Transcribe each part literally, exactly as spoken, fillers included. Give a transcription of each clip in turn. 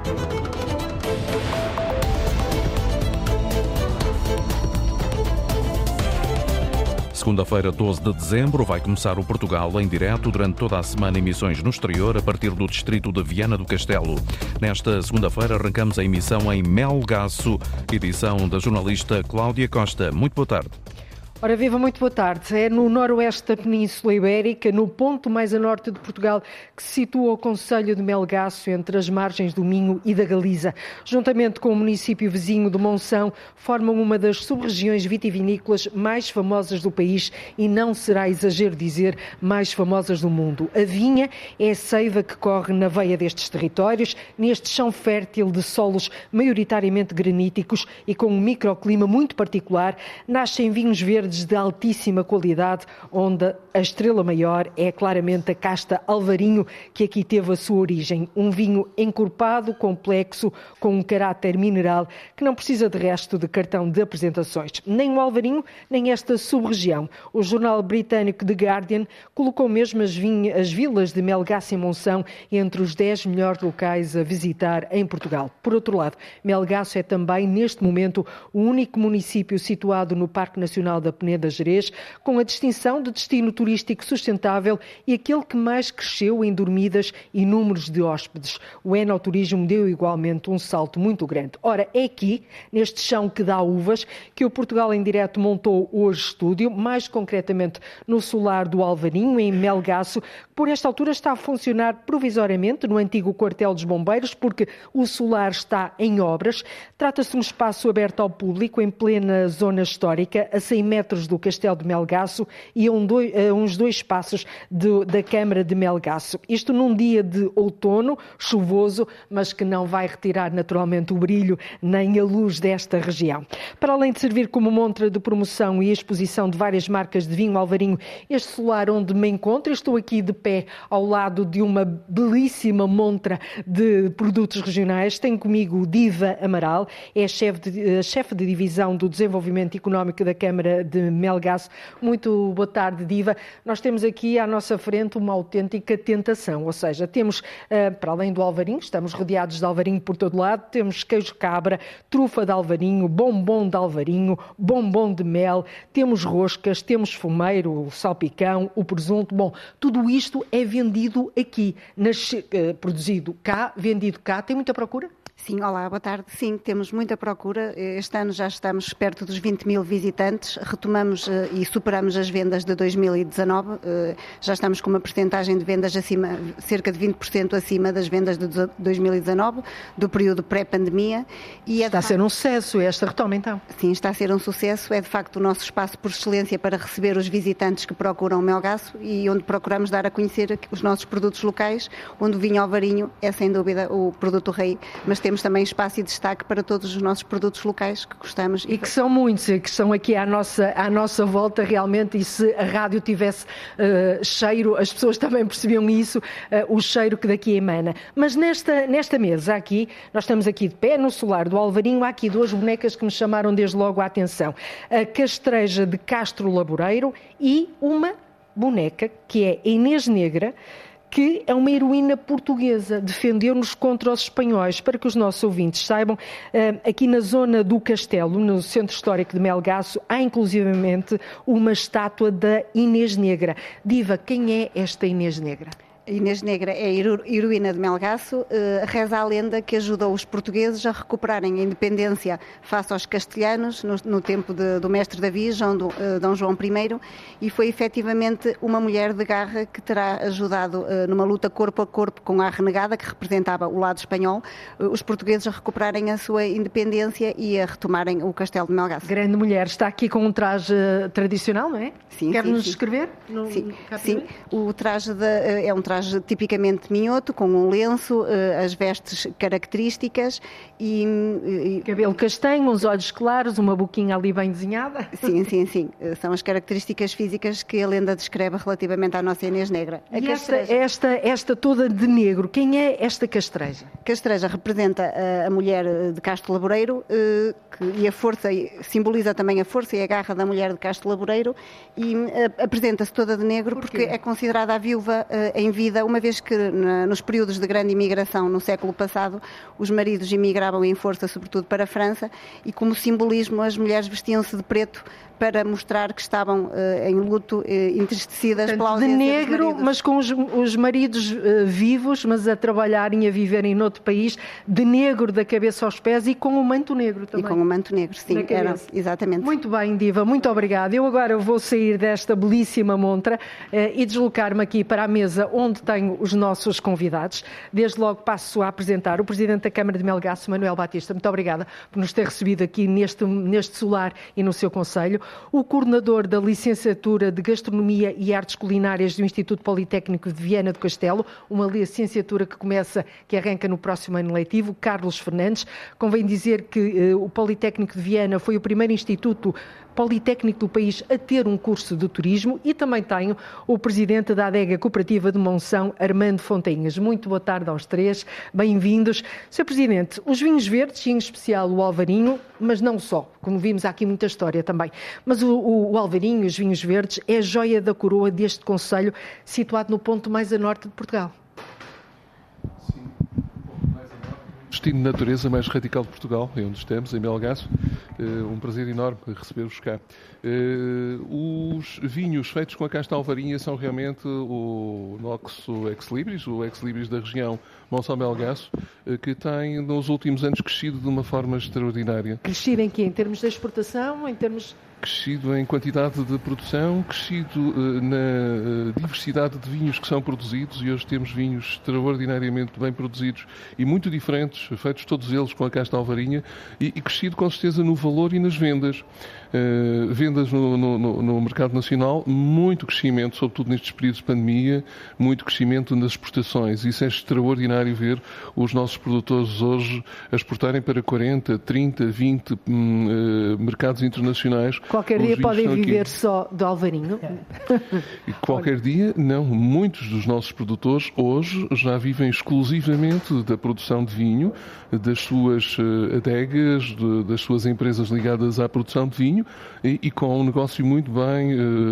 Segunda-feira, doze de dezembro, vai começar o Portugal em direto durante toda a semana emissões no exterior a partir do distrito de Viana do Castelo. Nesta segunda-feira arrancamos a emissão em Melgaço, edição da jornalista Cláudia Costa. Muito boa tarde. Ora viva, muito boa tarde. É no noroeste da Península Ibérica, no ponto mais a norte de Portugal, que se situa o concelho de Melgaço, entre as margens do Minho e da Galiza. Juntamente com o município vizinho de Monção, formam uma das sub-regiões vitivinícolas mais famosas do país e, não será exagero dizer, mais famosas do mundo. A vinha é a seiva que corre na veia destes territórios, neste chão fértil de solos maioritariamente graníticos e com um microclima muito particular. Nascem vinhos verdes de altíssima qualidade, onde a estrela maior é claramente a casta Alvarinho, que aqui teve a sua origem. Um vinho encorpado, complexo, com um caráter mineral, que não precisa de resto de cartão de apresentações. Nem o Alvarinho, nem esta sub-região. O jornal britânico The Guardian colocou mesmo as, vinha, as vilas de Melgaço e Monção entre os dez melhores locais a visitar em Portugal. Por outro lado, Melgaço é também, neste momento, o único município situado no Parque Nacional da Peneda Gerês, com a distinção de destino turístico sustentável e aquele que mais cresceu em dormidas e números de hóspedes. O enoturismo deu igualmente um salto muito grande. Ora, é aqui, neste chão que dá uvas, que o Portugal em Direto montou hoje estúdio, mais concretamente no solar do Alvarinho, em Melgaço, que por esta altura está a funcionar provisoriamente no antigo quartel dos bombeiros, porque o solar está em obras. Trata-se de um espaço aberto ao público, em plena zona histórica, a cem metros do Castelo de Melgaço e a, um dois, a uns dois passos de, da Câmara de Melgaço. Isto num dia de outono, chuvoso, mas que não vai retirar naturalmente o brilho nem a luz desta região. Para além de servir como montra de promoção e exposição de várias marcas de vinho Alvarinho, este solar onde me encontro, estou aqui de pé ao lado de uma belíssima montra de produtos regionais. Tenho comigo Diva Amaral, é a chefe de, a chefe de divisão do desenvolvimento económico da Câmara de Melgaço. Muito boa tarde, Diva. Nós temos aqui à nossa frente uma autêntica tentação, ou seja, temos, para além do Alvarinho, estamos rodeados de Alvarinho por todo lado, temos queijo cabra, trufa de Alvarinho, bombom de Alvarinho, bombom de mel, temos roscas, temos fumeiro, o salpicão, o presunto. Bom, tudo isto é vendido aqui, nas, produzido cá, vendido cá. Tem muita procura? Sim, olá, boa tarde. Sim, temos muita procura. Este ano já estamos perto dos vinte mil visitantes. Retomamos uh, e superamos as vendas de dois mil e dezanove. Uh, já estamos com uma percentagem de vendas acima, cerca de vinte por cento acima das vendas de dois mil e dezanove, do período pré-pandemia. E é está a ser um sucesso esta retoma, então? Sim, está a ser um sucesso. É de facto o nosso espaço por excelência para receber os visitantes que procuram Melgaço e onde procuramos dar a conhecer os nossos produtos locais, onde o vinho Alvarinho é sem dúvida o produto rei, mas temos também espaço e destaque para todos os nossos produtos locais que gostamos. E que são muitos, que estão aqui à nossa, à nossa volta realmente, e se a rádio tivesse uh, cheiro, as pessoas também percebiam isso, uh, o cheiro que daqui emana. Mas nesta, nesta mesa aqui, nós estamos aqui de pé no solar do Alvarinho, há aqui duas bonecas que me chamaram desde logo a atenção. A Castreja de Castro Laboreiro e uma boneca que é Inês Negra, que é uma heroína portuguesa, defendeu-nos contra os espanhóis. Para que os nossos ouvintes saibam, aqui na zona do Castelo, no centro histórico de Melgaço, há inclusivamente uma estátua da Inês Negra. Diva, quem é esta Inês Negra? Inês Negra é heroína de Melgaço, reza a lenda que ajudou os portugueses a recuperarem a independência face aos castelhanos no, no tempo de, do mestre Davi, João, do, Dom João I, e foi efetivamente uma mulher de garra que terá ajudado numa luta corpo a corpo com a renegada, que representava o lado espanhol, os portugueses a recuperarem a sua independência e a retomarem o castelo de Melgaço. Grande mulher, está aqui com um traje tradicional, não é? Sim, Quer-nos sim, descrever? No, sim, sim. O traje de, é um traje tipicamente minhoto, com um lenço, as vestes características e, e... cabelo castanho, uns olhos claros, uma boquinha ali bem desenhada. Sim, sim, sim. São as características físicas que a lenda descreve relativamente à nossa Inês Negra. A e esta, esta, esta toda de negro, quem é esta Castreja? Castreja representa a, a mulher de Castro Laboreiro que, e a força, simboliza também a força e a garra da mulher de Castro Laboreiro e apresenta-se toda de negro porque é considerada a viúva em vida vida, uma vez que na, nos períodos de grande imigração no século passado, os maridos imigravam em força, sobretudo para a França, e como simbolismo as mulheres vestiam-se de preto para mostrar que estavam uh, em luto, uh, entristecidas pela ausência de negro, dos maridos. Mas com os, os maridos uh, vivos, mas a trabalharem e a viverem noutro país, de negro da cabeça aos pés e com o manto negro também. E com o manto negro, sim, era, exatamente. Muito bem, Diva, muito obrigada. Eu agora vou sair desta belíssima montra uh, e deslocar-me aqui para a mesa onde tenho os nossos convidados. Desde logo passo a apresentar o Presidente da Câmara de Melgaço, Manuel Batista. Muito obrigada por nos ter recebido aqui neste, neste solar e no seu concelho. O coordenador da Licenciatura de Gastronomia e Artes Culinárias do Instituto Politécnico de Viana do Castelo, uma licenciatura que começa, que arranca no próximo ano letivo, Carlos Fernandes. Convém dizer que uh, o Politécnico de Viana foi o primeiro instituto politécnico do país a ter um curso de turismo, e também tenho o presidente da Adega Cooperativa de Monção, Armando Fontainhas. Muito boa tarde aos três, bem-vindos. senhor Presidente, os vinhos verdes, e em especial o Alvarinho, mas não só, como vimos há aqui muita história também, mas o, o, o Alvarinho, os vinhos verdes, é a joia da coroa deste concelho, situado no ponto mais a norte de Portugal. Destino de natureza mais radical de Portugal, é onde estamos, em Melgaço. Uh, um prazer enorme receber-vos cá. Uh, os vinhos feitos com a casta alvarinha são realmente o nosso ex-libris, o ex-libris da região Monção-Melgaço, uh, que tem nos últimos anos crescido de uma forma extraordinária. Crescido em quê? Em termos de exportação, em termos... Crescido em quantidade de produção, crescido uh, na uh, diversidade de vinhos que são produzidos, e hoje temos vinhos extraordinariamente bem produzidos e muito diferentes, feitos todos eles com a casta alvarinha, e, e crescido com certeza no valor e nas vendas. Uh, vendas no, no, no mercado nacional, muito crescimento, sobretudo nestes períodos de pandemia, muito crescimento nas exportações. Isso é extraordinário ver os nossos produtores hoje a exportarem para quarenta, trinta, vinte hum, uh, mercados internacionais. Qualquer dia podem viver aqui só do alvarinho? E qualquer dia, não. Muitos dos nossos produtores hoje já vivem exclusivamente da produção de vinho, das suas adegas, de, das suas empresas ligadas à produção de vinho, e, e com um negócio muito bem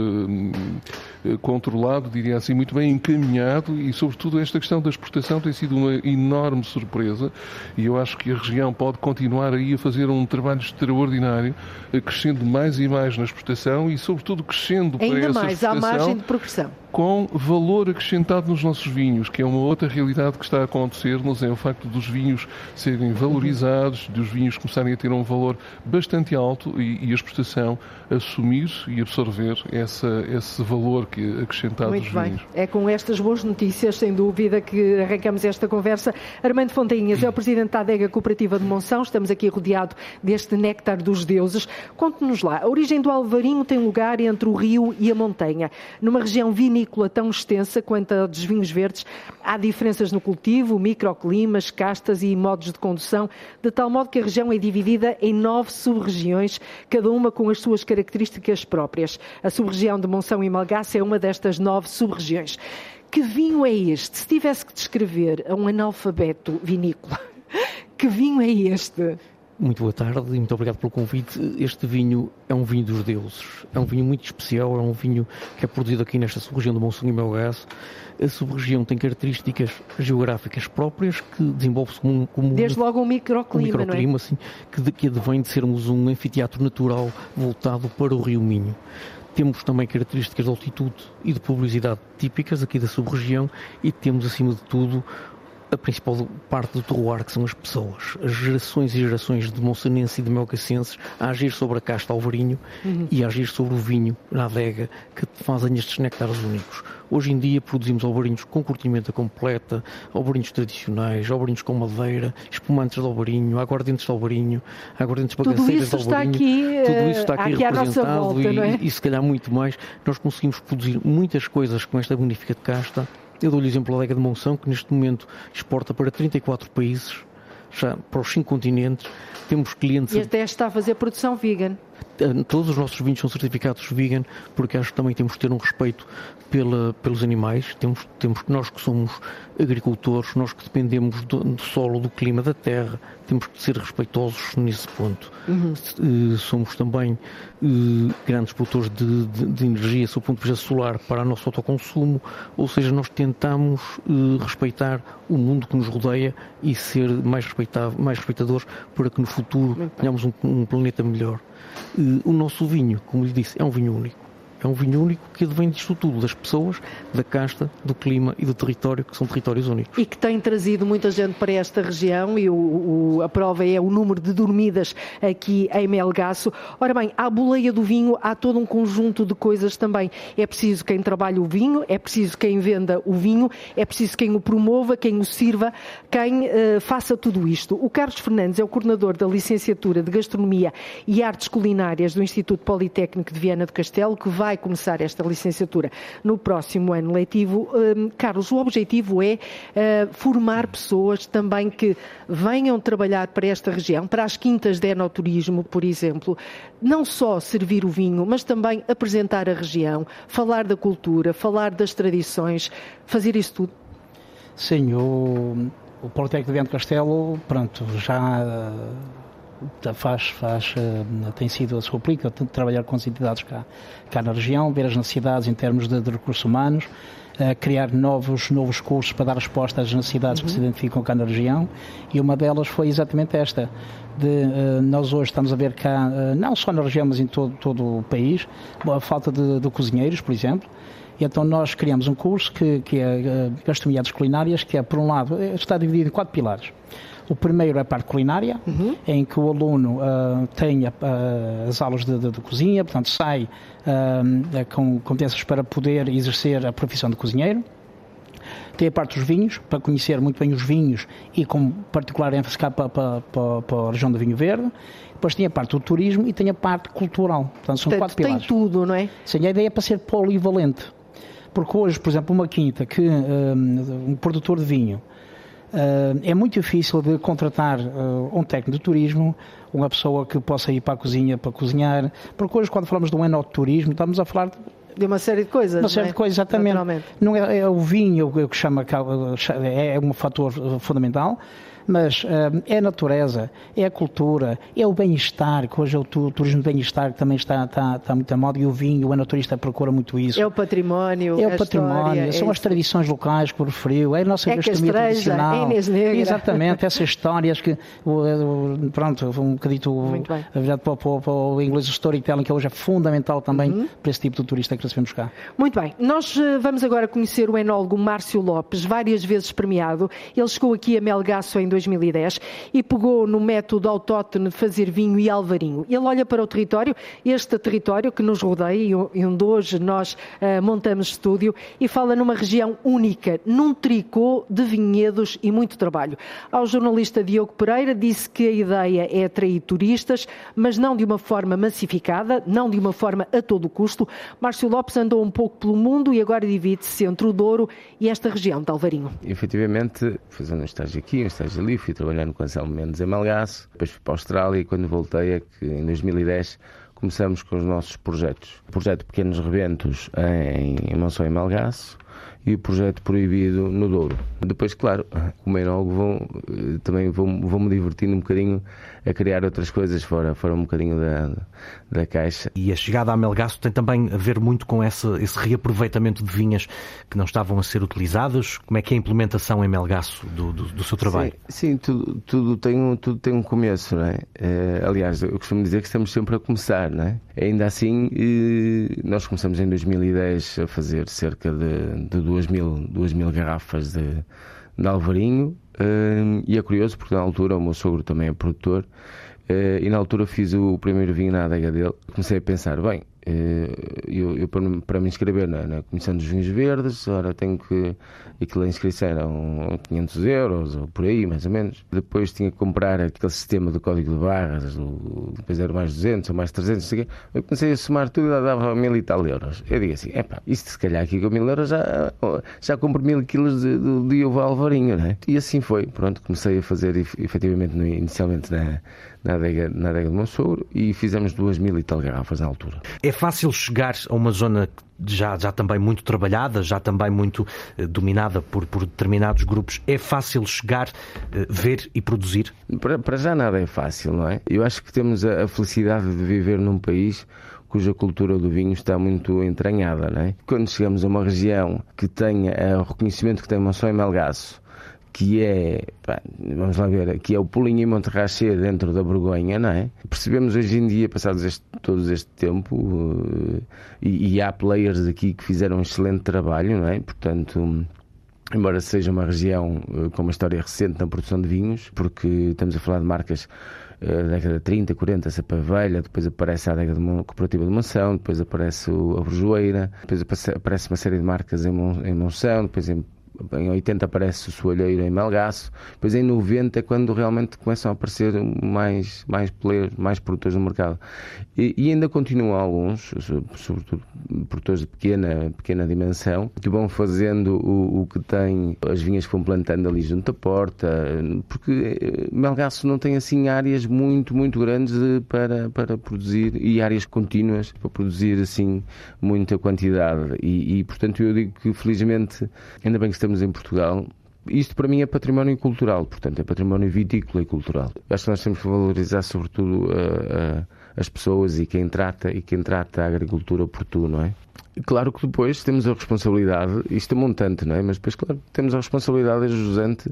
uh, controlado, diria assim, muito bem encaminhado, e sobretudo esta questão da exportação tem sido uma enorme surpresa, e eu acho que a região pode continuar aí a fazer um trabalho extraordinário, crescendo mais e mais na exportação e sobretudo crescendo para ainda essa mais exportação. À margem de progressão. Com valor acrescentado nos nossos vinhos, que é uma outra realidade que está a acontecer-nos, é o facto dos vinhos serem valorizados, dos vinhos começarem a ter um valor bastante alto e, e a exportação assumir e absorver essa, esse valor que acrescentado Muito dos bem. vinhos. É com estas boas notícias, sem dúvida, que arrancamos esta conversa. Armando Fontainhas é o presidente da Adega Cooperativa de Monção. Estamos aqui rodeado deste néctar dos deuses. Conte-nos lá, a origem do alvarinho tem lugar entre o rio e a montanha. Numa região vinícola tão extensa quanto a dos vinhos verdes, há diferenças no cultivo, microclimas, castas e modos de condução, de tal modo que a região é dividida em nove sub-regiões, cada uma com as suas características próprias. A sub-região de Monção e Melgaço é uma destas nove sub-regiões. Que vinho é este? Se tivesse que descrever a um analfabeto vinícola, que vinho é este? Muito boa tarde e muito obrigado pelo convite. Este vinho é um vinho dos deuses. É um vinho muito especial, é um vinho que é produzido aqui nesta sub-região do Monção e Melgaço. A sub-região tem características geográficas próprias que desenvolve-se como, como desde logo um microclima, um microclima, não é? Assim, que, de, que advém de sermos um anfiteatro natural voltado para o Rio Minho. Temos também características de altitude e de pluviosidade típicas aqui da sub-região, e temos, acima de tudo, a principal parte do terroir, que são as pessoas, as gerações e gerações de monçanenses e de melgacenses a agir sobre a casta alvarinho uhum. e a agir sobre o vinho na adega, que fazem estes néctares únicos. Hoje em dia produzimos alvarinhos com curtimenta completa, alvarinhos tradicionais, alvarinhos com madeira, espumantes de alvarinho, aguardentes de alvarinho, aguardentes baganceiras de alvarinho. Aqui, Tudo isso está aqui, aqui representado volta, e, não é? e se calhar muito mais. Nós conseguimos produzir muitas coisas com esta magnífica de casta. Eu dou-lhe o exemplo da Adega de Monção, que neste momento exporta para trinta e quatro países, já para os cinco continentes. Temos clientes... E até está a fazer produção vegan. Todos os nossos vinhos são certificados vegan, porque acho que também temos que ter um respeito pela, pelos animais. Temos, temos, nós que somos agricultores, nós que dependemos do, do solo, do clima, da terra, temos que ser respeitosos nesse ponto. Uhum. Somos também uh, grandes produtores de, de, de energia, sob o ponto de vista solar, para o nosso autoconsumo, ou seja, nós tentamos uh, respeitar o mundo que nos rodeia e ser mais, mais respeitadores para que no futuro tenhamos um, um planeta melhor. Uh, o nosso vinho, como lhe disse, é um vinho único. É um vinho único que advém disto tudo, das pessoas, da casta, do clima e do território, que são territórios únicos. E que tem trazido muita gente para esta região, e o, o, a prova é o número de dormidas aqui em Melgaço. Ora bem, à boleia do vinho há todo um conjunto de coisas também. É preciso quem trabalhe o vinho, é preciso quem venda o vinho, é preciso quem o promova, quem o sirva, quem uh, faça tudo isto. O Carlos Fernandes é o coordenador da Licenciatura de Gastronomia e Artes Culinárias do Instituto Politécnico de Viana do Castelo, que vai começar esta licenciatura no próximo ano letivo. Um, Carlos, o objetivo é uh, formar pessoas também que venham trabalhar para esta região, para as quintas de enoturismo, por exemplo, não só servir o vinho, mas também apresentar a região, falar da cultura, falar das tradições, fazer isso tudo. Sim, o, o Politécnico de Viana do Castelo, pronto, já... Faz, faz, tem sido a sua política, trabalhar com as entidades cá, cá na região, ver as necessidades em termos de, de recursos humanos, uh, criar novos, novos cursos para dar resposta às necessidades uhum. que se identificam cá na região, e uma delas foi exatamente esta, de uh, nós hoje estamos a ver cá, uh, não só na região, mas em todo, todo o país, a falta de, de cozinheiros, por exemplo. E então nós criamos um curso que, que é uh, Gastronomia Culinárias, que é, por um lado, está dividido em quatro pilares. O primeiro é a parte culinária, uhum. em que o aluno uh, tem uh, as aulas de, de, de cozinha, portanto sai uh, com competências para poder exercer a profissão de cozinheiro. Tem a parte dos vinhos, para conhecer muito bem os vinhos e com particular ênfase para, para, para, para a região do vinho verde. Depois tem a parte do turismo e tem a parte cultural. Portanto, são Portanto, quatro pilares. Tem tudo, não é? Sim, a ideia é para ser polivalente. Porque hoje, por exemplo, uma quinta que um, um produtor de vinho Uh, é muito difícil de contratar uh, um técnico de turismo, uma pessoa que possa ir para a cozinha para cozinhar, porque hoje quando falamos de um enoturismo estamos a falar de, de uma série de coisas. Uma série não é? de coisas, exatamente. Não é, é o vinho o que chama, é um fator fundamental, mas uh, é a natureza, é a cultura, é o bem-estar, que hoje é o turismo de bem-estar que também está, está, está muito à moda, e o vinho, o enoturista procura muito isso. É o património, é o património, são é as tradições locais que referiu, é a nossa é gastronomia tradicional. É Inês Negra. Exatamente, essas histórias que, pronto, um bocadito virado para, para, para o inglês, o storytelling, que hoje é fundamental também uhum. para esse tipo de turista que recebemos cá. Muito bem, nós vamos agora conhecer o enólogo Márcio Lopes, várias vezes premiado. Ele chegou aqui a Melgaço em dois mil e dez e pegou no método autóctone de fazer vinho e alvarinho. Ele olha para o território, este território que nos rodeia e onde hoje nós uh, montamos estúdio, e fala numa região única, num tricô de vinhedos e muito trabalho. Ao jornalista Diogo Pereira disse que a ideia é atrair turistas, mas não de uma forma massificada, não de uma forma a todo custo. Márcio Lopes andou um pouco pelo mundo e agora divide-se entre o Douro e esta região de Alvarinho. Efetivamente, fazendo um estágio aqui, um estágio ali, fui trabalhando com Anselmo Mendes em Melgaço, depois fui para a Austrália, e quando voltei é que em dois mil e dez começamos com os nossos projetos. O projeto Pequenos Rebentos em Monção e Melgaço e o projeto Proibido no Douro. Depois, claro, como enólogo, vou, também vou-me vou divertindo um bocadinho a criar outras coisas fora, fora um bocadinho da, da caixa. E a chegada a Melgaço tem também a ver muito com esse, esse reaproveitamento de vinhas que não estavam a ser utilizadas. Como é que é a implementação em Melgaço do, do, do seu trabalho? Sim, sim, tudo, tudo, tem um, tudo tem um começo, não é? É, aliás, eu costumo dizer que estamos sempre a começar, não é? Ainda assim, nós começamos em dois mil e dez a fazer cerca de, de duas mil garrafas de, de alvarinho, e é curioso porque na altura o meu sogro também é produtor, e na altura fiz o primeiro vinho na adega dele. Comecei a pensar, bem, Eu, eu para me inscrever na, na Comissão dos Vinhos Verdes, ora tenho que, aquela inscrição eram quinhentos euros, ou por aí, mais ou menos. Depois tinha que comprar aquele sistema do código de barras, depois era mais duzentos ou mais trezentos, não sei o quê. Eu comecei a somar tudo e dava mil e tal euros. Eu digo assim, epá, isto se calhar aqui com mil euros já, já compro mil quilos de, de, de uva alvarinho, não é? E assim foi, pronto, comecei a fazer efetivamente inicialmente na, na, adega, na adega de Monsouro e fizemos duas mil e tal garrafas na altura. É fácil chegar a uma zona já, já também muito trabalhada, já também muito eh, dominada por, por determinados grupos? É fácil chegar, eh, ver e produzir? Para, para já nada é fácil, não é? Eu acho que temos a, a felicidade de viver num país cuja cultura do vinho está muito entranhada, não é? Quando chegamos a uma região que tenha o reconhecimento que tem Monção e Melgaço, que é, pá, vamos lá ver, que é o Polinho e Monterrachê dentro da Borgonha, não é? Percebemos hoje em dia, passados este, todo este tempo, uh, e, e há players aqui que fizeram um excelente trabalho, não é? Portanto, embora seja uma região uh, com uma história recente na produção de vinhos, porque estamos a falar de marcas da década de trinta, quarenta, Cepa Velha, depois aparece a adega de Mon... cooperativa de Monção, depois aparece o... a Brejoeira, depois aparece uma série de marcas em, Mon... em Monção, depois em... em oitenta aparece o Soalheiro em Melgaço, depois em noventa é quando realmente começam a aparecer mais, mais players, mais produtores no mercado. E, e ainda continuam alguns, sobretudo produtores de pequena, pequena dimensão, que vão fazendo o, o que tem, as vinhas que vão plantando ali junto à porta, porque Melgaço não tem assim áreas muito, muito grandes para, para produzir, e áreas contínuas para produzir assim muita quantidade. E, e portanto eu digo que felizmente, ainda bem que estamos em Portugal. Isto para mim é património cultural, portanto é património vitícola e cultural. Acho que nós temos que valorizar sobretudo a, a, as pessoas e quem trata e quem trata a agricultura por tu, não é? Claro que depois temos a responsabilidade, isto é montante, não é? Mas depois, claro, temos a responsabilidade jusante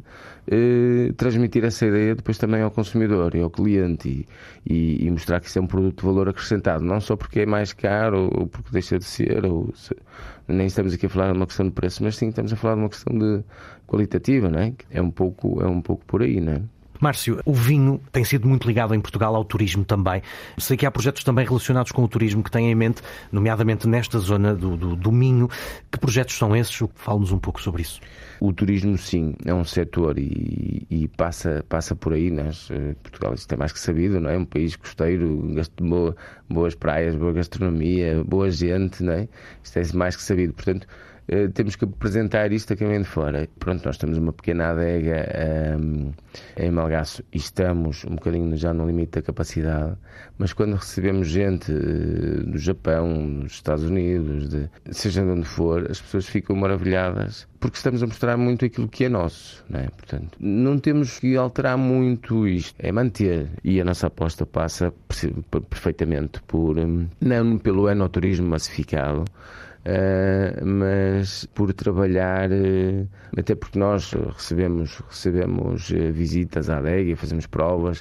eh, transmitir essa ideia depois também ao consumidor e ao cliente e, e, e mostrar que isso é um produto de valor acrescentado, não só porque é mais caro ou porque deixa de ser, ou se, nem estamos aqui a falar de uma questão de preço, mas sim estamos a falar de uma questão de qualitativa, não é? É um pouco, é um pouco por aí, não é? Márcio, o vinho tem sido muito ligado em Portugal ao turismo também. Sei que há projetos também relacionados com o turismo que têm em mente, nomeadamente nesta zona do, do, do Minho. Que projetos são esses? Fale-nos um pouco sobre isso. O turismo, sim, é um setor e, e passa, passa por aí. Nós, Portugal, isto é mais que sabido, não é? Um país costeiro, boa, boas praias, boa gastronomia, boa gente, não é? Isto é mais que sabido. Portanto, Uh, temos que apresentar isto a quem vem de fora. Pronto, nós temos uma pequena adega um, em Melgaço e estamos um bocadinho já no limite da capacidade, mas quando recebemos gente uh, do Japão, dos Estados Unidos, de, seja de onde for, as pessoas ficam maravilhadas porque estamos a mostrar muito aquilo que é nosso, não é? Portanto, não temos que alterar muito isto, é manter, e a nossa aposta passa perfeitamente por, um, não pelo enoturismo massificado, Uh, mas por trabalhar, uh, até porque nós recebemos, recebemos uh, visitas à adega e fazemos provas.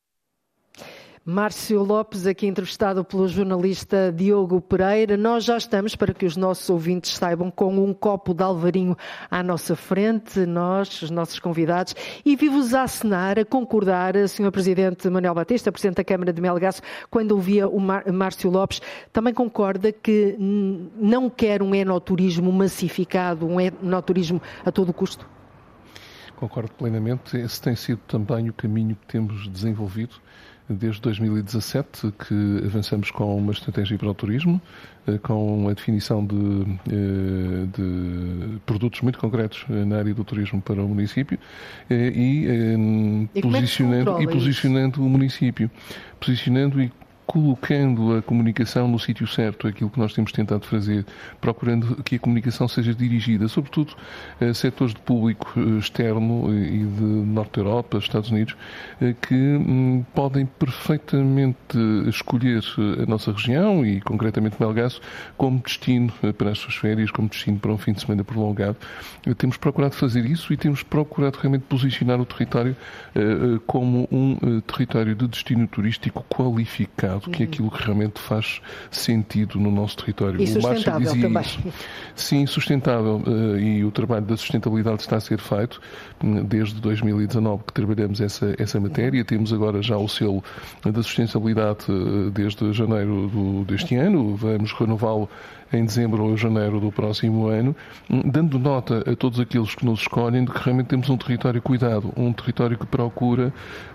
Márcio Lopes, aqui entrevistado pelo jornalista Diogo Pereira. Nós já estamos, para que os nossos ouvintes saibam, com um copo de alvarinho à nossa frente, nós, os nossos convidados, e vi-vos a acenar, a concordar, senhor Presidente Manuel Batista, Presidente da Câmara de Melgaço, quando ouvia o Márcio Lopes, também concorda que não quer um enoturismo massificado, um enoturismo a todo custo? Concordo plenamente. Esse tem sido também o caminho que temos desenvolvido desde dois mil e dezassete, que avançamos com uma estratégia para o turismo, com a definição de, de produtos muito concretos na área do turismo para o município e, e posicionando, e posicionando o município, posicionando e colocando a comunicação no sítio certo, aquilo que nós temos tentado fazer, procurando que a comunicação seja dirigida, sobretudo a setores de público externo e de Norte da Europa, Estados Unidos, que hum, podem perfeitamente escolher a nossa região e, concretamente, Melgaço, como destino para as suas férias, como destino para um fim de semana prolongado. Temos procurado fazer isso e temos procurado realmente posicionar o território uh, como um uh, território de destino turístico qualificado, cuidado, que é aquilo que realmente faz sentido no nosso território. E sustentável também. Isso. Sim, sustentável. E o trabalho da sustentabilidade está a ser feito desde dois mil e dezanove que trabalhamos essa, essa matéria. Temos agora já o selo da sustentabilidade desde janeiro do, deste ano. Vamos renová-lo em dezembro ou janeiro do próximo ano, dando nota a todos aqueles que nos escolhem de que realmente temos um território cuidado, um território que procura,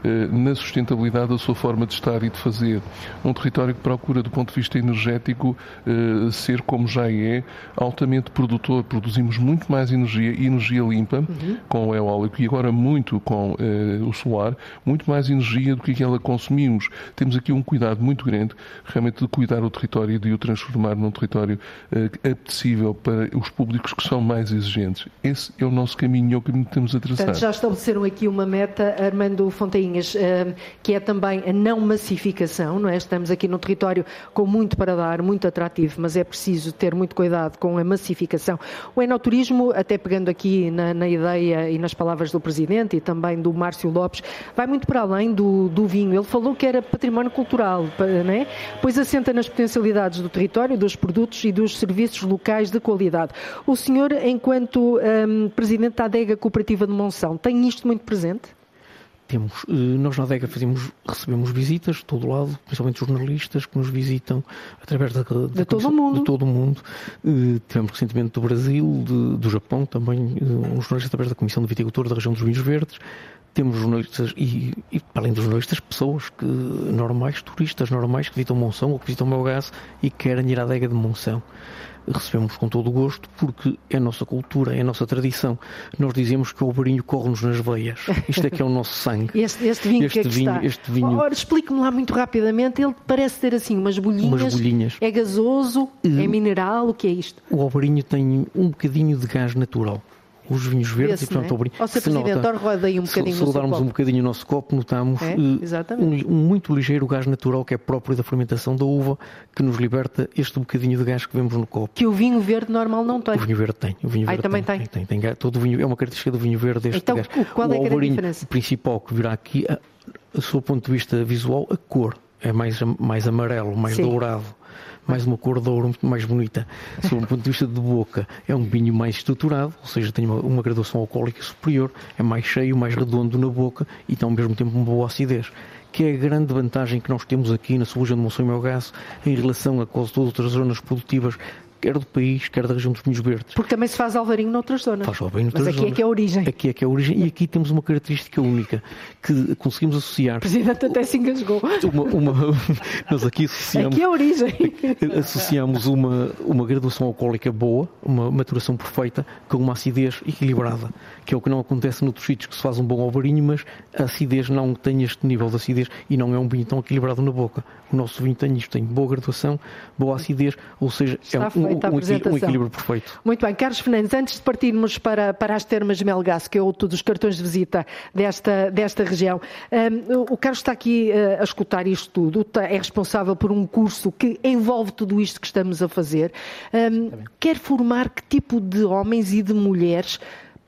na sustentabilidade, a sua forma de estar e de fazer. Um território que procura, do ponto de vista energético, ser, como já é, altamente produtor. Produzimos muito mais energia, e energia limpa, uhum. com o eólico, e agora muito com uh, o solar, muito mais energia do que aquela que consumimos. Temos aqui um cuidado muito grande, realmente, de cuidar o território e de o transformar num território uh, apetecível para os públicos que são mais exigentes. Esse é o nosso caminho, é o caminho que temos a traçar. Portanto, já estabeleceram aqui uma meta, Armando Fontainhas, uh, que é também a não massificação, não é? Estamos aqui num território com muito para dar, muito atrativo, mas é preciso ter muito cuidado com a massificação. O enoturismo, até pegando aqui na, na ideia e nas palavras do Presidente e também do Márcio Lopes, vai muito para além do, do vinho. Ele falou que era património cultural, não é? Pois assenta nas potencialidades do território, dos produtos e dos serviços locais de qualidade. O senhor, enquanto um, Presidente da Adega Cooperativa de Monção, tem isto muito presente? Temos. Nós na Adega fazemos, recebemos visitas de todo lado, principalmente jornalistas que nos visitam através da, da de, todo o mundo. de todo o mundo. Tivemos recentemente do Brasil, de, do Japão também, uns jornalistas através da Comissão de Viticultura da região dos Vinhos Verdes. Temos jornalistas e, e, para além dos jornalistas, pessoas que, normais, turistas normais, que visitam Monção ou que visitam Melgaço e querem ir à Adega de Monção. Recebemos com todo o gosto, porque é a nossa cultura, é a nossa tradição. Nós dizemos que o alvarinho corre-nos nas veias. Isto é que é o nosso sangue. Este, este vinho este que é que vinho, está? Este vinho... Ora, explique-me lá muito rapidamente. Ele parece ter assim umas bolhinhas. Umas bolhinhas. É gasoso? Uh, é mineral? O que é isto? O alvarinho tem um bocadinho de gás natural. Os vinhos verdes, Esse, e portanto, é? o alvarinho... Ó, senhor Presidente, ora roda aí um bocadinho se, no se darmos um bocadinho o nosso copo, notamos é, uh, um, um muito ligeiro gás natural que é próprio da fermentação da uva, que nos liberta este bocadinho de gás que vemos no copo. Que o vinho verde normal não tem. O vinho verde tem. O vinho Ai, verde também tem. tem. tem, tem, tem todo o vinho, é uma característica do vinho verde este então, gás. Qual é o que é a alvarinho diferença? principal que virá aqui, a, a seu ponto de vista visual, a cor. É mais, mais amarelo, mais Sim. dourado. Mais uma cor de ouro mais bonita. Sob o ponto de vista de boca, é um vinho mais estruturado, ou seja, tem uma, uma graduação alcoólica superior, é mais cheio, mais redondo na boca e tem ao mesmo tempo uma boa acidez, que é a grande vantagem que nós temos aqui na sua região de Monção e Melgaço em relação a quase todas as outras zonas produtivas, quer do país, quer da região dos vinhos verdes. Porque também se faz alvarinho noutras zonas. Faz alvarinho noutras Mas aqui zonas. é que é a origem. Aqui é que é a origem. E aqui temos uma característica única, que conseguimos associar... O Presidente até se engasgou. Uma, uma, nós aqui associamos... Aqui é a origem. Associamos uma, uma graduação alcoólica boa, uma maturação perfeita, com uma acidez equilibrada, que é o que não acontece noutros sítios, que se faz um bom alvarinho, mas a acidez não tem este nível de acidez e não é um vinho tão equilibrado na boca. O nosso vinho tem isto, tem boa graduação, boa acidez, ou seja, Está é um, um, um, um equilíbrio perfeito. Muito bem, Carlos Fernandes, antes de partirmos para, para as termas de Melgaço, que é outro dos cartões de visita desta, desta região, um, o Carlos está aqui uh, a escutar isto tudo, é responsável por um curso que envolve tudo isto que estamos a fazer. Um, quer formar que tipo de homens e de mulheres?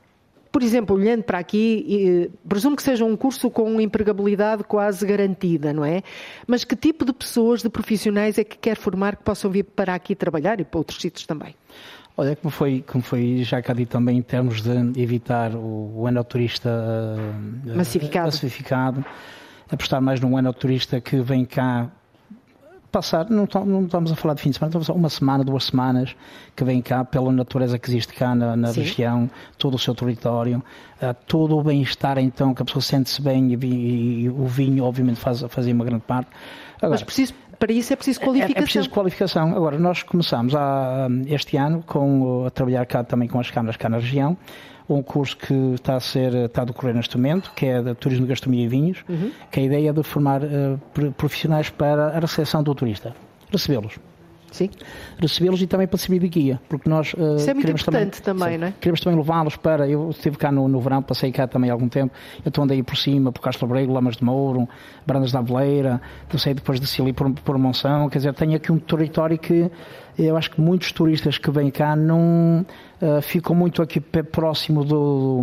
Por exemplo, olhando para aqui, eh, presumo que seja um curso com empregabilidade quase garantida, não é? Mas que tipo de pessoas, de profissionais é que quer formar que possam vir para aqui trabalhar e para outros sítios também? Olha, como foi, como foi já cá dito também, em termos de evitar o, o enoturista uh, massificado. massificado, apostar mais num enoturista que vem cá passar, não, não estamos a falar de fim de semana, estamos a falar uma semana, duas semanas, que vem cá, pela natureza que existe cá na, na região, todo o seu território, uh, todo o bem-estar, então, que a pessoa sente-se bem e, e, e o vinho, obviamente, faz, fazia uma grande parte. Agora, Mas preciso, para isso é preciso qualificação. É, é preciso qualificação. Agora, nós começamos há, este ano com, a trabalhar cá também com as câmaras cá na região, um curso que está a, ser, está a decorrer neste momento, que é de Turismo, Gastronomia e Vinhos, uhum. que é a ideia de formar uh, profissionais para a recepção do turista, recebê-los. Sim. Recebê-los e também para servir de guia, porque nós uh, Isso é muito queremos importante também, também, sim, não é? queremos também levá-los para, eu estive cá no, no verão, passei cá também há algum tempo, eu estou andei por cima, por Castro Abrego, Lamas de Mouro, Brandas da Aveleira, sei depois desci ali por, por Monção, quer dizer, tenho aqui um território que eu acho que muitos turistas que vêm cá não uh, ficam muito aqui próximo do,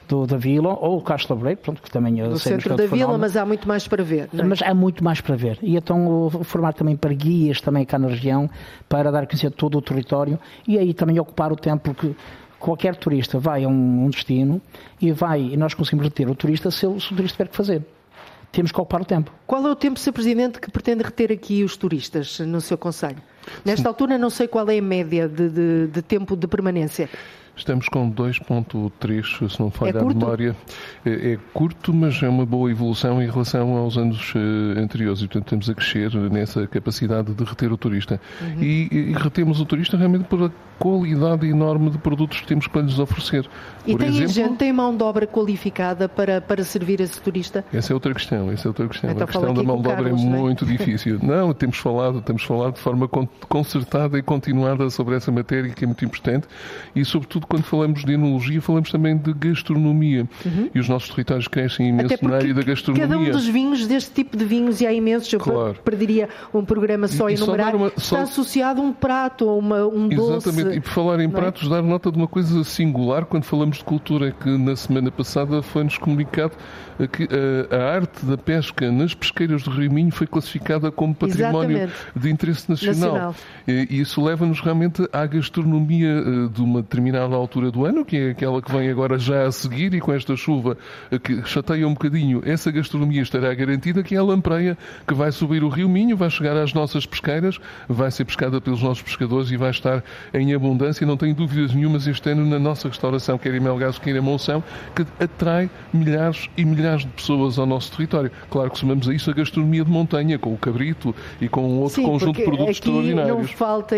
do, da vila, ou o Castro Laboreiro, pronto, que também... Do centro da vila, mas há muito mais para ver, não é? Mas há muito mais para ver. E então formar também para guias também cá na região, para dar a conhecer todo o território, e aí também ocupar o tempo, porque qualquer turista vai a um, um destino e vai, e nós conseguimos reter o turista se, ele, se o turista tiver que fazer. Temos que ocupar o tempo. Qual é o tempo, senhor Presidente, que pretende reter aqui os turistas no seu concelho? Nesta altura não sei qual é a média de, de, de tempo de permanência. Estamos com dois vírgula três, se não falha é a memória. É, é curto, mas é uma boa evolução em relação aos anos uh, anteriores. E, portanto, estamos a crescer nessa capacidade de reter o turista. Uhum. E, e retemos o turista realmente por a qualidade enorme de produtos que temos para lhes oferecer. E por tem exemplo, gente, tem mão de obra qualificada para, para servir esse turista? Essa é outra questão. Essa é outra questão. Então, a questão da mão de obra Carlos, é não é? muito difícil. Não, temos falado, temos falado de forma concertada e continuada sobre essa matéria, que é muito importante. E, sobretudo, quando falamos de enologia, falamos também de gastronomia. Uhum. E os nossos territórios crescem imenso na área da gastronomia. Cada um dos vinhos, deste tipo de vinhos, e há imensos, eu claro. perderia um programa só a enumerar, uma, está só... associado a um prato ou uma, um doce. Exatamente, e por falar em não pratos, é? dar nota de uma coisa singular quando falamos de cultura, é que na semana passada foi-nos comunicado que a, a arte da pesca nas pesqueiras do Rio Minho foi classificada como património Exatamente. de interesse nacional. nacional. E, e isso leva-nos realmente à gastronomia de uma determinada altura do ano, que é aquela que vem agora já a seguir, e com esta chuva que chateia um bocadinho, essa gastronomia estará garantida, que é a lampreia que vai subir o Rio Minho, vai chegar às nossas pesqueiras, vai ser pescada pelos nossos pescadores e vai estar em abundância. Não tenho dúvidas nenhumas este ano na nossa restauração, quer em Melgaço, quer em Monção, que atrai milhares e milhares de pessoas ao nosso território. Claro que somamos a isso a gastronomia de montanha, com o cabrito e com um outro Sim, conjunto de produtos aqui extraordinários. Não falta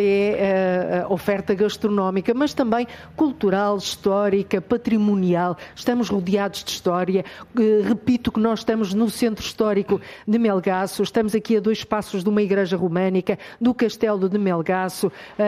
é a oferta gastronómica, mas também cultural, histórica, patrimonial. Estamos rodeados de história. Repito que nós estamos no centro histórico de Melgaço, estamos aqui a dois passos de uma igreja românica, do castelo de Melgaço,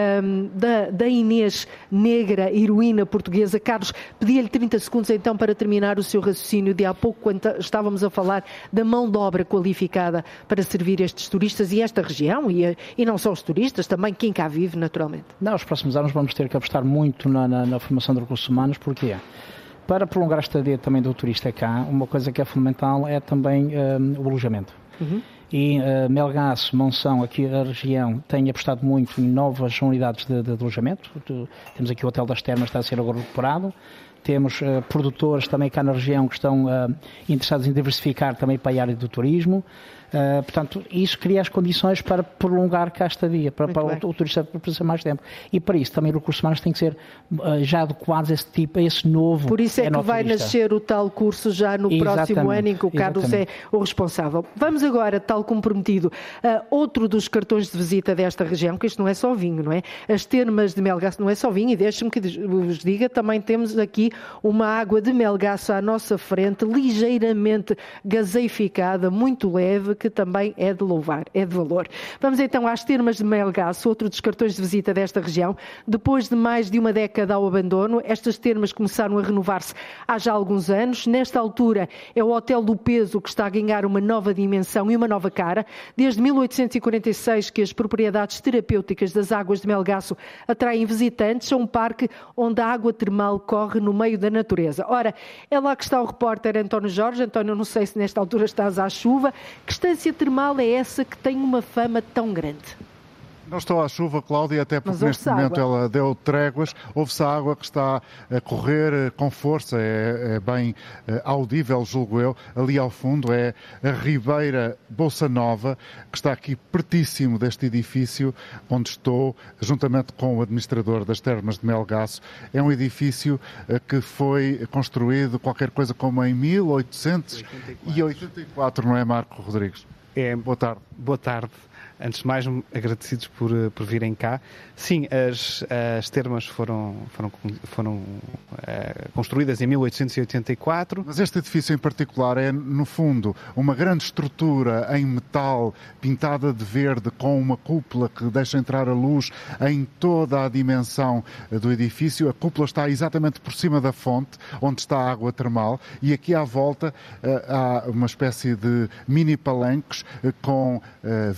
da, da Inês Negra, heroína portuguesa. Carlos, pedia-lhe trinta segundos então para terminar o seu raciocínio de há pouco, quando estávamos a falar da mão de obra qualificada para servir estes turistas e esta região, e, e não só os turistas, também quem cá vive, naturalmente. Não, nos próximos anos vamos ter que apostar muito na, na, na formação de recursos humanos, porque para prolongar a estadia também do turista cá, uma coisa que é fundamental é também um, o alojamento. Uhum. E uh, Melgaço, Monção, aqui a região, tem apostado muito em novas unidades de, de alojamento. Temos aqui o Hotel das Termas, está a ser agora recuperado. Temos uh, produtores também cá na região que estão uh, interessados em diversificar também para a área do turismo. Uh, portanto, isso cria as condições para prolongar cá a estadia, para, para o, o turista permanecer mais tempo. E para isso também os recursos humanos têm que ser uh, já adequados a esse tipo, a esse novo. Por isso é, é que vai turista. nascer o tal curso já no Exatamente. próximo ano, em que o Carlos Exatamente. é o responsável. Vamos agora, tal como prometido, a outro dos cartões de visita desta região, que isto não é só vinho, não é? As termas de Melgaço não é só vinho, e deixe-me que vos diga, também temos aqui uma água de Melgaço à nossa frente, ligeiramente gaseificada, muito leve, que também é de louvar, é de valor. Vamos então às termas de Melgaço, outro dos cartões de visita desta região. Depois de mais de uma década ao abandono, estas termas começaram a renovar-se há já alguns anos. Nesta altura é o Hotel do Peso que está a ganhar uma nova dimensão e uma nova cara. Desde mil oitocentos e quarenta e seis que as propriedades terapêuticas das águas de Melgaço atraem visitantes a um parque onde a água termal corre no meio da natureza. Ora, é lá que está o repórter António Jorge. António, não sei se nesta altura estás à chuva. Que estância termal é essa que tem uma fama tão grande? Não estou à chuva, Cláudia, até porque Mas neste momento água. ela deu tréguas. Ouve-se a água que está a correr com força, é, é bem é, audível, julgo eu. Ali ao fundo é a Ribeira Bolsa Nova, que está aqui pertíssimo deste edifício onde estou, juntamente com o administrador das Termas de Melgaço. É um edifício que foi construído qualquer coisa como em mil oitocentos e oitenta e quatro, não é, Marco Rodrigues? É, boa tarde. Boa tarde. Antes de mais, agradecidos por, por virem cá. Sim, as, as termas foram, foram, foram uh, construídas em mil oitocentos e oitenta e quatro. Mas este edifício em particular é, no fundo, uma grande estrutura em metal pintada de verde com uma cúpula que deixa entrar a luz em toda a dimensão do edifício. A cúpula está exatamente por cima da fonte, onde está a água termal, e aqui à volta uh, há uma espécie de mini palanques uh, com uh, vitrais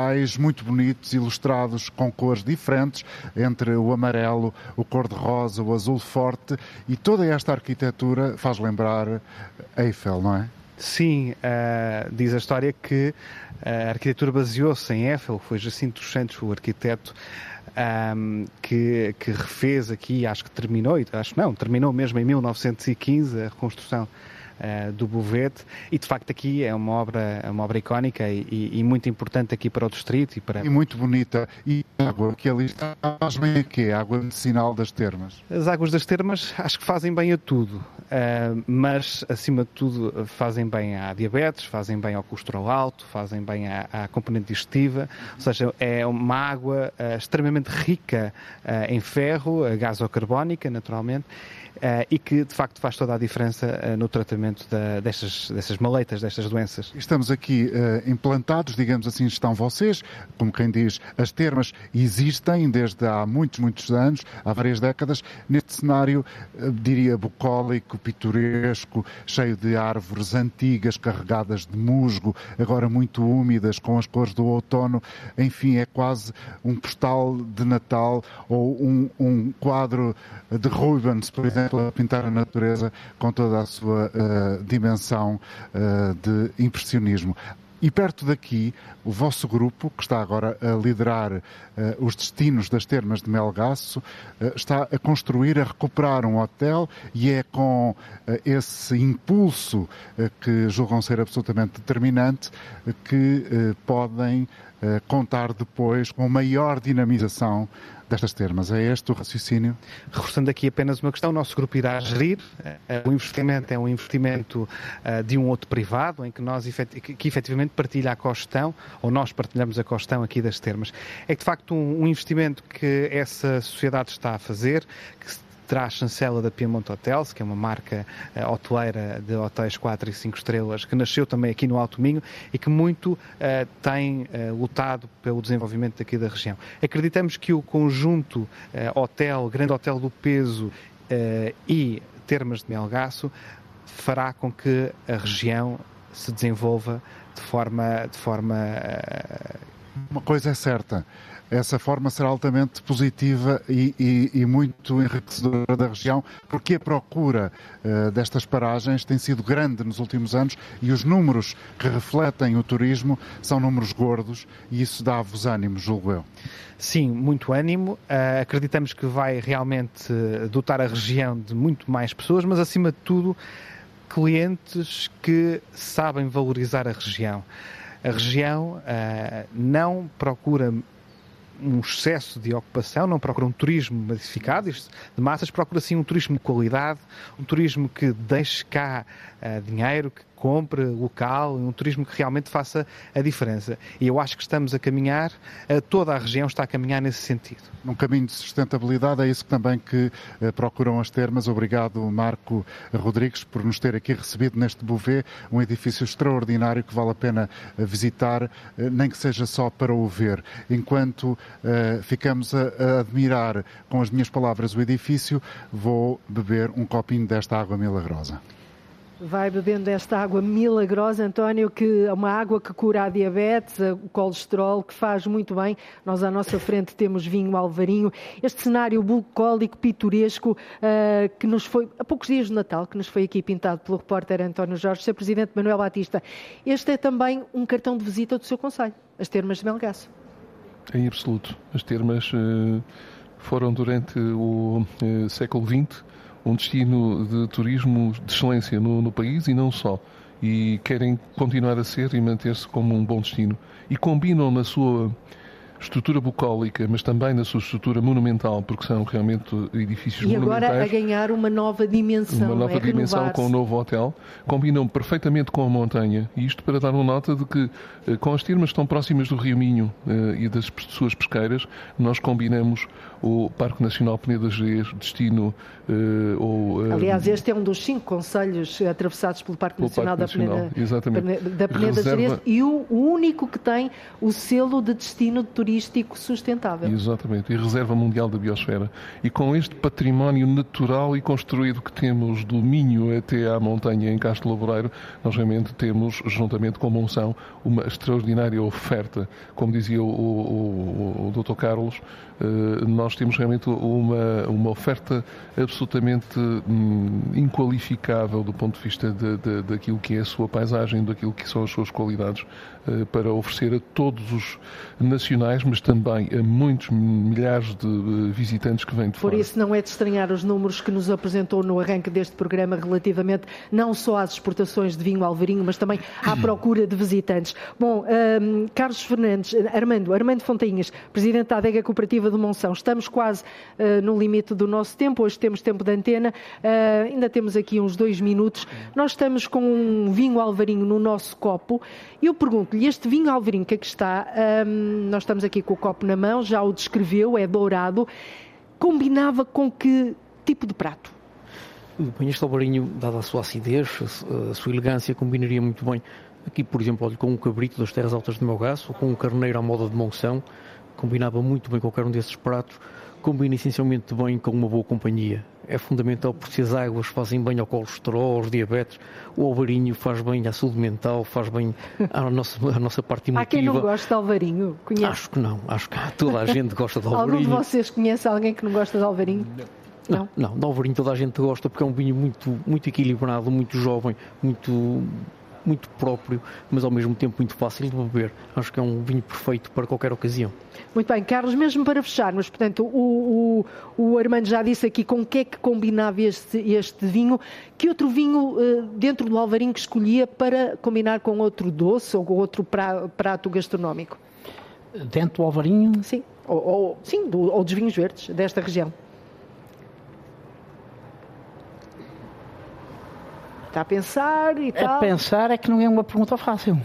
murais muito bonitos, ilustrados com cores diferentes, entre o amarelo, o cor-de-rosa, o azul forte, e toda esta arquitetura faz lembrar Eiffel, não é? Sim, uh, diz a história que a arquitetura baseou-se em Eiffel, foi Jacinto dos Santos, o arquiteto, Um, que, que refez aqui, acho que terminou, acho não, terminou mesmo em mil novecentos e quinze a reconstrução uh, do Bouvet, e de facto aqui é uma obra, é uma obra icónica e, e muito importante aqui para o distrito. E, para... e muito bonita. E a água que ali está faz bem a quê? A água medicinal das termas? As águas das termas acho que fazem bem a tudo, uh, mas acima de tudo fazem bem à diabetes, fazem bem ao colesterol alto, fazem bem à, à componente digestiva, ou seja, é uma água uh, extremamente rica uh, em ferro, uh, gasocarbónica, naturalmente, uh, e que de facto faz toda a diferença uh, no tratamento da, destas, destas maleitas, destas doenças. Estamos aqui uh, implantados, digamos assim, estão vocês, como quem diz, as termas existem desde há muitos, muitos anos, há várias décadas, neste cenário, uh, diria, bucólico, pitoresco, cheio de árvores antigas, carregadas de musgo, agora muito úmidas, com as cores do outono, enfim, é quase um postal de Natal ou um, um quadro de Rubens, por exemplo, a pintar a natureza com toda a sua uh, dimensão uh, de impressionismo. E perto daqui, o vosso grupo, que está agora a liderar uh, os destinos das termas de Melgaço, uh, está a construir, a recuperar um hotel, e é com uh, esse impulso uh, que julgam ser absolutamente determinante uh, que uh, podem uh, contar depois com maior dinamização destas termas. É este o raciocínio? Reforçando aqui apenas uma questão, o nosso grupo irá gerir. O investimento é um investimento uh, de um outro privado, em que nós efet- que efetivamente partilha a costão, ou nós partilhamos a costão aqui das termas. É de facto um, um investimento que essa sociedade está a fazer, que terá a chancela da Piemonte Hotels, que é uma marca uh, hoteleira de hotéis quatro e cinco estrelas, que nasceu também aqui no Alto Minho e que muito uh, tem uh, lutado pelo desenvolvimento aqui da região. Acreditamos que o conjunto uh, hotel, Grande Hotel do Peso uh, e Termas de Melgaço fará com que a região se desenvolva de forma... De forma uh... Uma coisa é certa. Essa forma será altamente positiva e, e, e muito enriquecedora da região, porque a procura uh, destas paragens tem sido grande nos últimos anos e os números que refletem o turismo são números gordos, e isso dá-vos ânimo, julgo eu. Sim, muito ânimo. Uh, acreditamos que vai realmente dotar a região de muito mais pessoas, mas acima de tudo clientes que sabem valorizar a região. A região uh, não procura um excesso de ocupação, não procura um turismo massificado de massas, procura sim um turismo de qualidade, um turismo que deixe cá uh, dinheiro, que compre local, um turismo que realmente faça a diferença. E eu acho que estamos a caminhar, uh, toda a região está a caminhar nesse sentido. Num caminho de sustentabilidade, é isso que também que uh, procuram as termas. Obrigado, Marco Rodrigues, por nos ter aqui recebido neste Bouvet, um edifício extraordinário que vale a pena uh, visitar, uh, nem que seja só para o ver. Enquanto uh, ficamos a, a admirar com as minhas palavras o edifício, vou beber um copinho desta água milagrosa. Vai bebendo esta água milagrosa, António, que é uma água que cura a diabetes, o colesterol, que faz muito bem. Nós à nossa frente temos vinho Alvarinho. Este cenário bucólico, pitoresco, uh, que nos foi, há poucos dias de Natal, que nos foi aqui pintado pelo repórter António Jorge, seu Presidente Manuel Batista. Este é também um cartão de visita do seu concelho, as Termas de Melgaço. Em absoluto. As termas uh, foram durante o uh, século vinte um destino de turismo de excelência no, no país e não só. E querem continuar a ser e manter-se como um bom destino. E combinam na sua estrutura bucólica, mas também na sua estrutura monumental, porque são realmente edifícios e monumentais. E agora a ganhar uma nova dimensão. Uma nova é dimensão renovar-se. com o novo hotel. Combinam perfeitamente com a montanha. E isto para dar uma nota de que, com as termas que estão próximas do Rio Minho eh, e das suas pesqueiras, nós combinamos o Parque Nacional Peneda Gerês, destino... Eh, ou, eh, Aliás, este é um dos cinco concelhos atravessados pelo Parque pelo Nacional, Parque da Nacional, Peneda, da Peneda Reserva... Gerês e o, o único que tem o selo de destino de turismo turístico sustentável. Exatamente, e Reserva Mundial da Biosfera. E com este património natural e construído que temos do Minho até à montanha em Castro Laboreiro, nós realmente temos, juntamente com Monção, uma extraordinária oferta. Como dizia o, o, o doutor Carlos, nós temos realmente uma, uma oferta absolutamente hum, inqualificável do ponto de vista de, de, daquilo que é a sua paisagem, daquilo que são as suas qualidades, para oferecer a todos os nacionais, mas também a muitos milhares de visitantes que vêm de fora. Por isso não é de estranhar os números que nos apresentou no arranque deste programa relativamente não só às exportações de vinho alvarinho, mas também à procura de visitantes. Bom, um, Carlos Fernandes, Armando, Armando Fontainhas, Presidente da Adega Cooperativa de Monção, estamos quase uh, no limite do nosso tempo, hoje temos tempo de antena, uh, ainda temos aqui uns dois minutos, nós estamos com um vinho alvarinho no nosso copo e eu pergunto-lhe, este vinho alvarinho que aqui está, um, nós estamos aqui com o copo na mão, já o descreveu, é dourado, combinava com que tipo de prato? Bem, este alvarinho, dada a sua acidez, a sua elegância, combinaria muito bem aqui, por exemplo, olha, com um cabrito das terras altas de Melgaço, ou com um carneiro à moda de Monção, combinava muito bem com qualquer um desses pratos, combina essencialmente bem com uma boa companhia. É fundamental porque se as águas fazem bem ao colesterol, aos diabetes, o alvarinho faz bem à saúde mental, faz bem à nossa, à nossa parte emotiva. Há quem não gosta de alvarinho? Conhece? Acho que não, acho que toda a gente gosta de alvarinho. Algum de vocês conhece alguém que não gosta de alvarinho? Não, não, não de alvarinho toda a gente gosta porque é um vinho muito, muito equilibrado, muito jovem, muito... muito próprio, mas ao mesmo tempo muito fácil de beber. Acho que é um vinho perfeito para qualquer ocasião. Muito bem, Carlos, mesmo para fecharmos, portanto, o, o, o Armando já disse aqui com o que é que combinava este, este vinho. Que outro vinho dentro do alvarinho que escolhia para combinar com outro doce ou com outro pra, prato gastronómico? Dentro do alvarinho? Sim, ou, ou, sim, do, ou dos vinhos verdes desta região. Está a pensar e tal? A pensar é que não é uma pergunta fácil.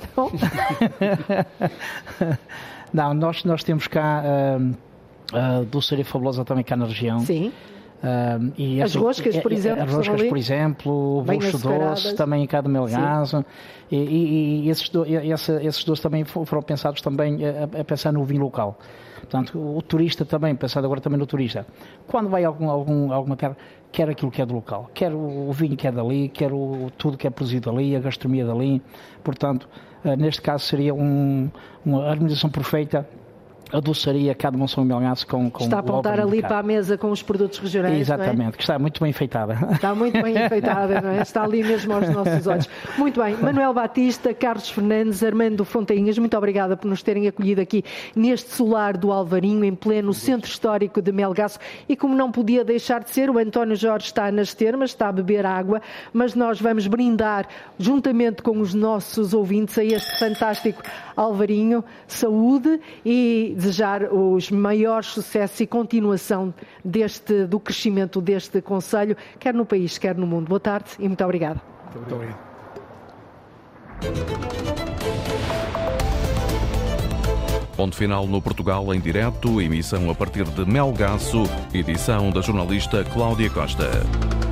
Não, nós, nós temos cá uh, uh, doçaria fabulosa também cá na região. Sim. Uh, e as roscas, por exemplo. As roscas, por exemplo, bucho doce, também cá de Melgaço. E, e, e esses, do, esse, esses doces também foram pensados também a, a pensar no vinho local. Portanto, o turista também, pensando agora também no turista, quando vai a algum, algum, alguma terra, quer aquilo que é do local, quer o, o vinho que é dali, quer o, tudo que é produzido ali, a gastronomia dali. Portanto, uh, neste caso seria um, uma harmonização perfeita. A doçaria cá de Monção e Melgaço com, com está a apontar ali para a mesa com os produtos regionais. Exatamente, não é? Que está muito bem enfeitada. Está muito bem enfeitada, não é? Está ali mesmo aos nossos olhos. Muito bem, Manuel Batista, Carlos Fernandes, Armando Fontainhas, muito obrigada por nos terem acolhido aqui neste solar do Alvarinho, em pleno centro histórico de Melgaço. E como não podia deixar de ser, o António Jorge está nas termas, está a beber água, mas nós vamos brindar, juntamente com os nossos ouvintes, a este fantástico Alvarinho, saúde e desejar os maiores sucessos e continuação deste, do crescimento deste concelho, quer no país, quer no mundo. Boa tarde e muito obrigada. Muito obrigado. Ponto final no Portugal em direto, emissão a partir de Melgaço, edição da jornalista Cláudia Costa.